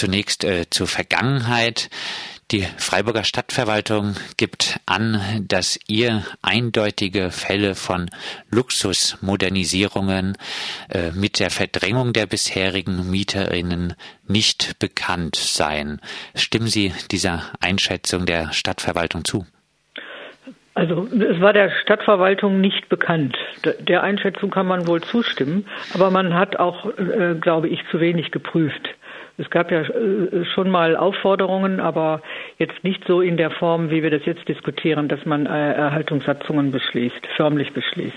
Zunächst zur Vergangenheit. Die Freiburger Stadtverwaltung gibt an, dass ihr eindeutige Fälle von Luxusmodernisierungen mit der Verdrängung der bisherigen MieterInnen nicht bekannt seien. Stimmen Sie dieser Einschätzung der Stadtverwaltung zu? Also es war der Stadtverwaltung nicht bekannt. Der Einschätzung kann man wohl zustimmen, aber man hat auch, glaube ich, zu wenig geprüft. Es gab ja schon mal Aufforderungen, aber jetzt nicht so in der Form, wie wir das jetzt diskutieren, dass man Erhaltungssatzungen förmlich beschließt.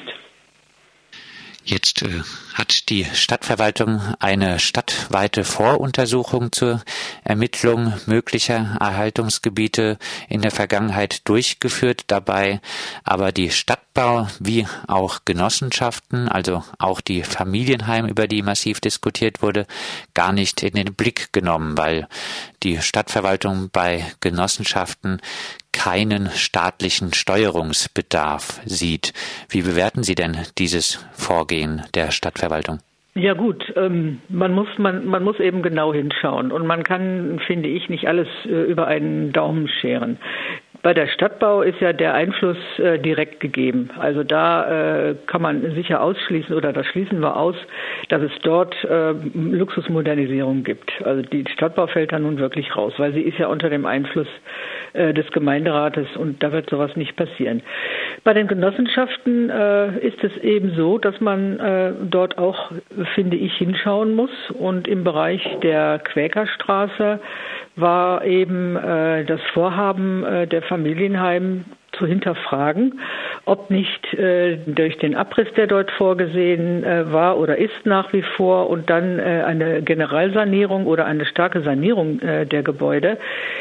Jetzt hat die Stadtverwaltung eine stadtweite Voruntersuchung zur Ermittlung möglicher Erhaltungsgebiete in der Vergangenheit durchgeführt, dabei aber die Stadtbau wie auch Genossenschaften, also auch die Familienheime, über die massiv diskutiert wurde, gar nicht in den Blick genommen, weil die Stadtverwaltung bei Genossenschaften keinen staatlichen Steuerungsbedarf sieht. Wie bewerten Sie denn dieses Vorgehen der Stadtverwaltung? Ja gut, man muss eben genau hinschauen und man kann, finde ich, nicht alles über einen Daumen scheren. Bei der Stadtbau ist ja der Einfluss direkt gegeben. Also da kann man sicher ausschließen oder das schließen wir aus, dass es dort Luxusmodernisierung gibt. Also die Stadtbau fällt da nun wirklich raus, weil sie ist ja unter dem Einfluss des Gemeinderates und da wird sowas nicht passieren. Bei den Genossenschaften ist es eben so, dass man dort auch, finde ich, hinschauen muss und im Bereich der Quäkerstraße war eben das Vorhaben der Familienheime zu hinterfragen, ob nicht durch den Abriss, der dort vorgesehen war oder ist nach wie vor und dann eine Generalsanierung oder eine starke Sanierung der Gebäude,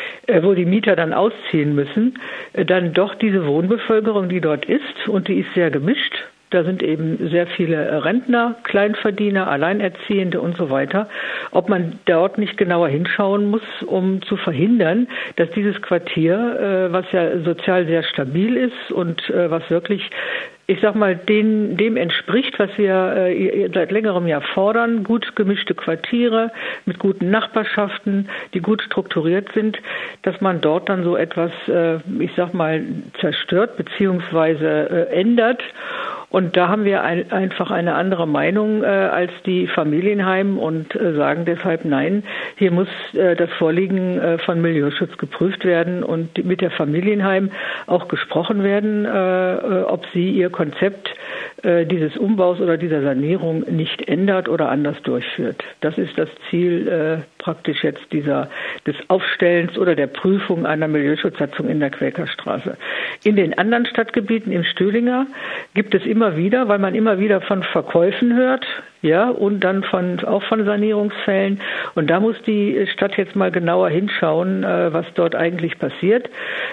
wo die Mieter dann ausziehen müssen, dann doch diese Wohnbevölkerung, die dort ist, und die ist sehr gemischt. Da sind eben sehr viele Rentner, Kleinverdiener, Alleinerziehende und so weiter. Ob man dort nicht genauer hinschauen muss, um zu verhindern, dass dieses Quartier, was ja sozial sehr stabil ist und was wirklich, ich sag mal, dem entspricht, was wir seit längerem Jahr fordern, gut gemischte Quartiere mit guten Nachbarschaften, die gut strukturiert sind, dass man dort dann so etwas, ich sag mal, zerstört bzw. ändert. Und da haben wir einfach eine andere Meinung als die Familienheime und sagen deshalb nein, hier muss das Vorliegen von Milieuschutz geprüft werden und mit der Familienheim auch gesprochen werden, ob sie ihr Konzept dieses Umbaus oder dieser Sanierung nicht ändert oder anders durchführt. Das ist das Ziel praktisch jetzt des Aufstellens oder der Prüfung einer Milieuschutzsatzung in der Quäkerstraße. In den anderen Stadtgebieten im Stühlinger gibt es immer wieder, weil man immer wieder von Verkäufen hört, ja, und dann auch von Sanierungsfällen. Und da muss die Stadt jetzt mal genauer hinschauen, was dort eigentlich passiert.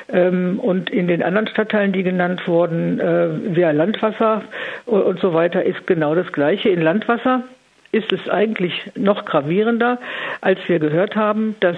Und in den anderen Stadtteilen, die genannt wurden, via Landwasser und so weiter, ist genau das Gleiche. In Landwasser ist es eigentlich noch gravierender, als wir gehört haben, dass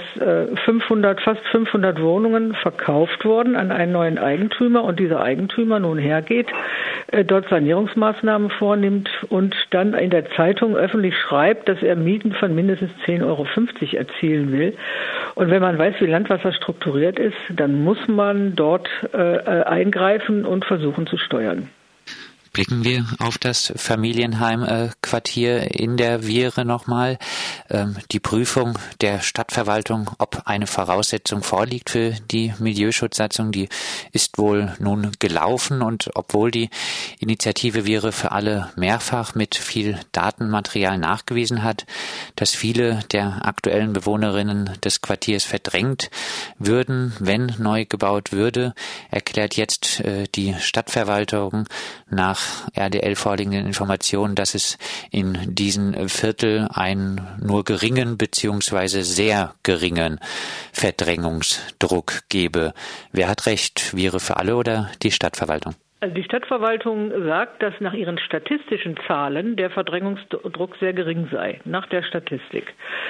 fast 500 Wohnungen verkauft wurden an einen neuen Eigentümer und dieser Eigentümer nun hergeht, dort Sanierungsmaßnahmen vornimmt und dann in der Zeitung öffentlich schreibt, dass er Mieten von mindestens 10,50 Euro erzielen will. Und wenn man weiß, wie Landwasser strukturiert ist, dann muss man dort eingreifen und versuchen zu steuern. Blicken wir auf das Familienheim-Quartier in der Viere nochmal. Die Prüfung der Stadtverwaltung, ob eine Voraussetzung vorliegt für die Milieuschutzsatzung, die ist wohl nun gelaufen. Und obwohl die Initiative Viere für alle mehrfach mit viel Datenmaterial nachgewiesen hat, dass viele der aktuellen Bewohnerinnen des Quartiers verdrängt würden, wenn neu gebaut würde, erklärt jetzt die Stadtverwaltung nach RDL vorliegenden Informationen, dass es in diesen Viertel einen nur geringen bzw. sehr geringen Verdrängungsdruck gebe. Wer hat recht, Viere für alle oder die Stadtverwaltung? Also die Stadtverwaltung sagt, dass nach ihren statistischen Zahlen der Verdrängungsdruck sehr gering sei, nach der Statistik.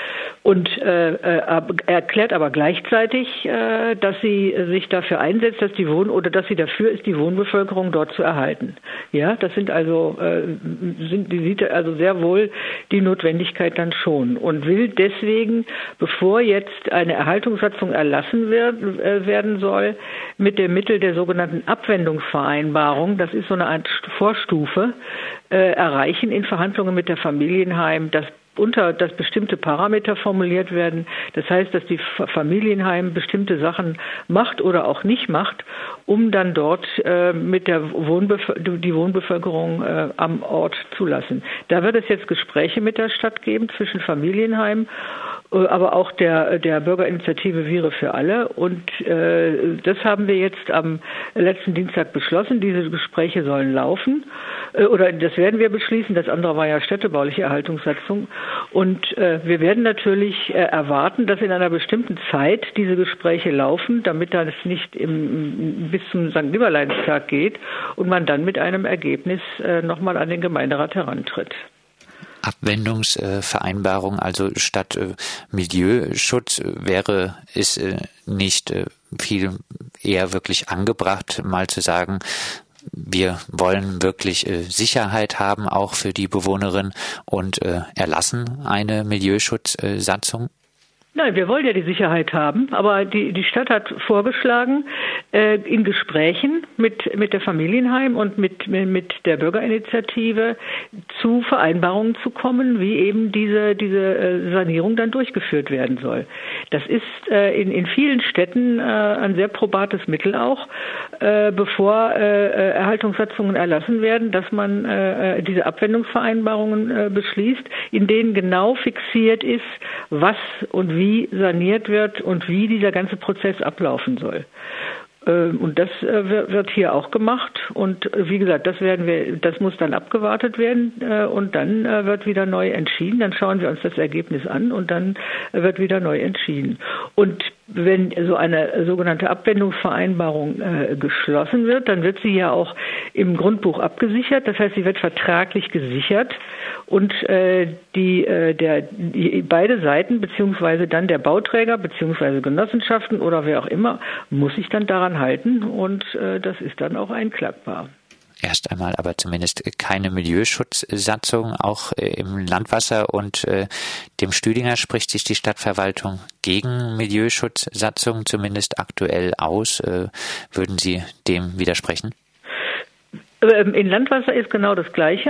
Und erklärt aber gleichzeitig, dass sie sich dafür einsetzt, dass dass sie dafür ist, die Wohnbevölkerung dort zu erhalten. Ja, das sind also die sieht also sehr wohl die Notwendigkeit dann schon und will deswegen, bevor jetzt eine Erhaltungssatzung erlassen werden soll, mit dem Mittel der sogenannten Abwendungsvereinbarung, das ist so eine Art Vorstufe, erreichen in Verhandlungen mit der Familienheim, dass bestimmte Parameter formuliert werden. Das heißt, dass die Familienheim bestimmte Sachen macht oder auch nicht macht, um dann dort mit der die Wohnbevölkerung am Ort zu lassen. Da wird es jetzt Gespräche mit der Stadt geben zwischen Familienheim, aber auch der Bürgerinitiative Viere für alle. Und das haben wir jetzt am letzten Dienstag beschlossen. Diese Gespräche sollen laufen. Oder das werden wir beschließen. Das andere war ja städtebauliche Erhaltungssatzung. Und wir werden natürlich erwarten, dass in einer bestimmten Zeit diese Gespräche laufen, damit das nicht bis zum St. Nimmerleinstag geht und man dann mit einem Ergebnis nochmal an den Gemeinderat herantritt. Abwendungsvereinbarung, also statt Milieuschutz wäre es nicht viel eher wirklich angebracht, mal zu sagen, wir wollen wirklich Sicherheit haben, auch für die Bewohnerin und erlassen eine Milieuschutzsatzung? Nein, wir wollen ja die Sicherheit haben, aber die Stadt hat vorgeschlagen, in Gesprächen mit der Familienheim und mit der Bürgerinitiative zu Vereinbarungen zu kommen, wie eben diese Sanierung dann durchgeführt werden soll. Das ist in vielen Städten ein sehr probates Mittel auch, bevor Erhaltungssatzungen erlassen werden, dass man diese Abwendungsvereinbarungen beschließt, in denen genau fixiert ist, was und wie saniert wird und wie dieser ganze Prozess ablaufen soll. Und das wird hier auch gemacht. Und wie gesagt, das muss dann abgewartet werden und dann wird wieder neu entschieden. Dann schauen wir uns das Ergebnis an und dann wird wieder neu entschieden. Und wenn so eine sogenannte Abwendungsvereinbarung geschlossen wird, dann wird sie ja auch im Grundbuch abgesichert. Das heißt, sie wird vertraglich gesichert und beide Seiten beziehungsweise dann der Bauträger beziehungsweise Genossenschaften oder wer auch immer muss sich dann daran halten und das ist dann auch einklagbar. Erst einmal aber zumindest keine Milieuschutzsatzung, auch im Landwasser und dem Stüdinger spricht sich die Stadtverwaltung gegen Milieuschutzsatzung zumindest aktuell aus. Würden Sie dem widersprechen? In Landwasser ist genau das Gleiche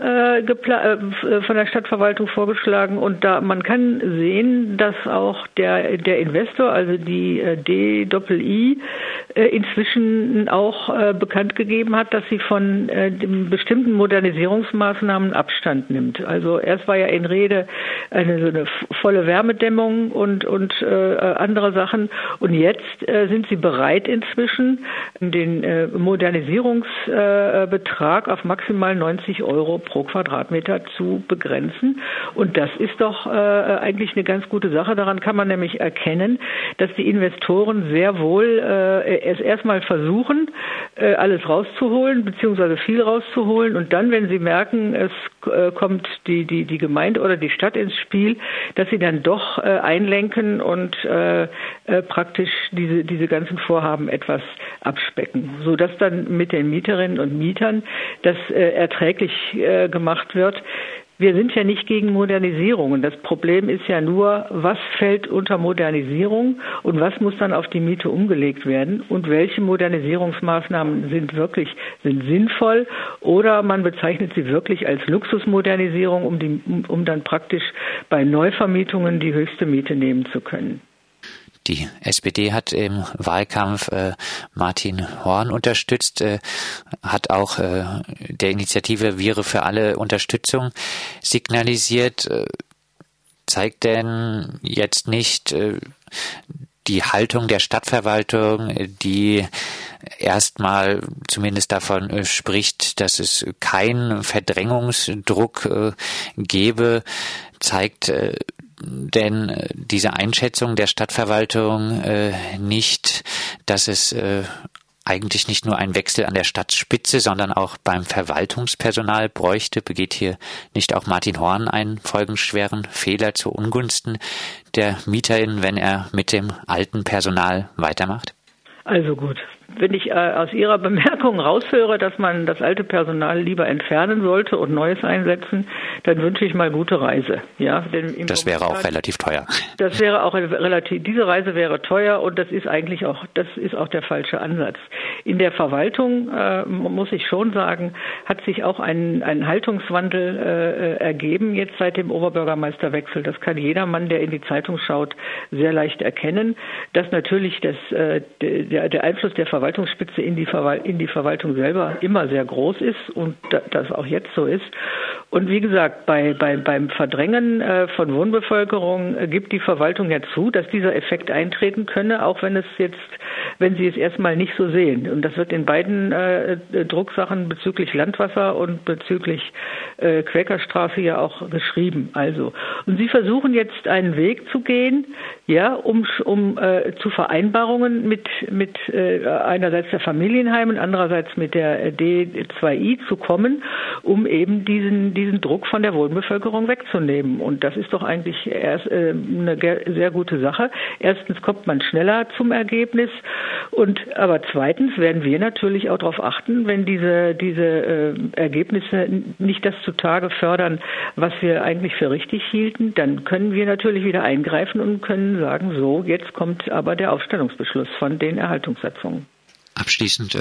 von der Stadtverwaltung vorgeschlagen und da man kann sehen, dass auch der Investor, also die DII, inzwischen auch bekannt gegeben hat, dass sie von bestimmten Modernisierungsmaßnahmen Abstand nimmt. Also erst war ja in Rede so eine volle Wärmedämmung und andere Sachen und jetzt sind sie bereit inzwischen den Modernisierungsbetrag auf maximal 90 Euro pro Quadratmeter zu begrenzen. Und das ist doch eigentlich eine ganz gute Sache. Daran kann man nämlich erkennen, dass die Investoren sehr wohl es erstmal versuchen, alles rauszuholen, beziehungsweise viel rauszuholen. Und dann, wenn sie merken, es kommt die Gemeinde oder die Stadt ins Spiel, dass sie dann doch einlenken und praktisch diese ganzen Vorhaben etwas abspecken, sodass dann mit den Mieterinnen und Mietern das erträglich gemacht wird. Wir sind ja nicht gegen Modernisierung. Das Problem ist ja nur, was fällt unter Modernisierung und was muss dann auf die Miete umgelegt werden und welche Modernisierungsmaßnahmen sind sinnvoll oder man bezeichnet sie wirklich als Luxusmodernisierung, um dann praktisch bei Neuvermietungen die höchste Miete nehmen zu können. Die SPD hat im Wahlkampf Martin Horn unterstützt, hat auch der Initiative Viere für alle Unterstützung signalisiert. Zeigt denn jetzt nicht die Haltung der Stadtverwaltung, die erstmal zumindest davon spricht, dass es keinen Verdrängungsdruck gäbe, zeigt denn diese Einschätzung der Stadtverwaltung nicht, dass es eigentlich nicht nur einen Wechsel an der Stadtspitze, sondern auch beim Verwaltungspersonal bräuchte? Begeht hier nicht auch Martin Horn einen folgenschweren Fehler zu Ungunsten der MieterInnen, wenn er mit dem alten Personal weitermacht? Also gut. Wenn ich aus Ihrer Bemerkung raushöre, dass man das alte Personal lieber entfernen sollte und Neues einsetzen, dann wünsche ich mal gute Reise. Ja, denn das wäre auch relativ teuer. Das wäre auch diese Reise wäre teuer und das ist auch der falsche Ansatz. In der Verwaltung, muss ich schon sagen, hat sich auch ein Haltungswandel ergeben jetzt seit dem Oberbürgermeisterwechsel. Das kann jedermann, der in die Zeitung schaut, sehr leicht erkennen, dass natürlich der Einfluss der Verwaltungsspitze in die Verwaltung selber immer sehr groß ist und das auch jetzt so ist. Und wie gesagt, beim Verdrängen von Wohnbevölkerung gibt die Verwaltung ja zu, dass dieser Effekt eintreten könne, auch wenn sie es erstmal nicht so sehen. Und das wird in beiden Drucksachen bezüglich Landwasser und bezüglich Quäkerstraße ja auch geschrieben. Also, und sie versuchen jetzt einen Weg zu gehen, ja, um zu Vereinbarungen mit einerseits der Familienheime und andererseits mit der D2I zu kommen, um eben diesen Druck von der Wohnbevölkerung wegzunehmen. Und das ist doch eigentlich erst eine sehr gute Sache. Erstens kommt man schneller zum Ergebnis aber zweitens werden wir natürlich auch darauf achten, wenn diese Ergebnisse nicht das zutage fördern, was wir eigentlich für richtig hielten, dann können wir natürlich wieder eingreifen und können sagen, so, jetzt kommt aber der Aufstellungsbeschluss von den Erhaltungssatzungen. Abschließend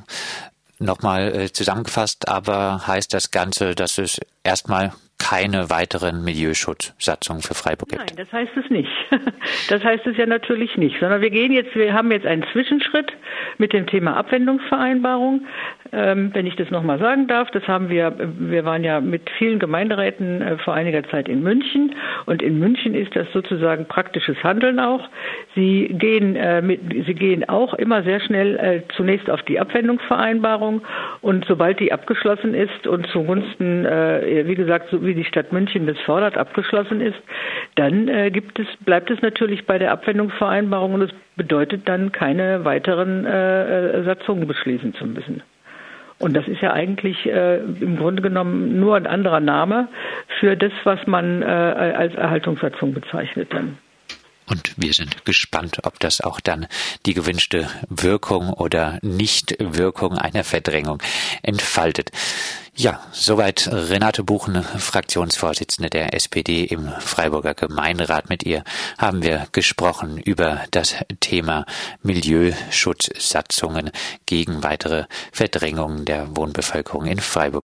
nochmal zusammengefasst, aber heißt das Ganze, dass es erstmal keine weiteren Milieuschutzsatzungen für Freiburg gibt? Nein, das heißt es nicht. Das heißt es ja natürlich nicht, sondern wir haben jetzt einen Zwischenschritt mit dem Thema Abwendungsvereinbarung. Wenn ich das nochmal sagen darf, wir waren ja mit vielen Gemeinderäten vor einiger Zeit in München und in München ist das sozusagen praktisches Handeln auch. Sie gehen auch immer sehr schnell zunächst auf die Abwendungsvereinbarung und sobald die abgeschlossen ist und zugunsten, wie gesagt, so wie die Stadt München das fordert, abgeschlossen ist, dann bleibt es natürlich bei der Abwendungsvereinbarung und es bedeutet dann keine weiteren Satzungen beschließen zu müssen. Und das ist ja eigentlich im Grunde genommen nur ein anderer Name für das, was man als Erhaltungssatzung bezeichnet dann. Und wir sind gespannt, ob das auch dann die gewünschte Wirkung oder Nichtwirkung einer Verdrängung entfaltet. Ja, soweit Renate Buchen, Fraktionsvorsitzende der SPD im Freiburger Gemeinderat. Mit ihr haben wir gesprochen über das Thema Milieuschutzsatzungen gegen weitere Verdrängungen der Wohnbevölkerung in Freiburg.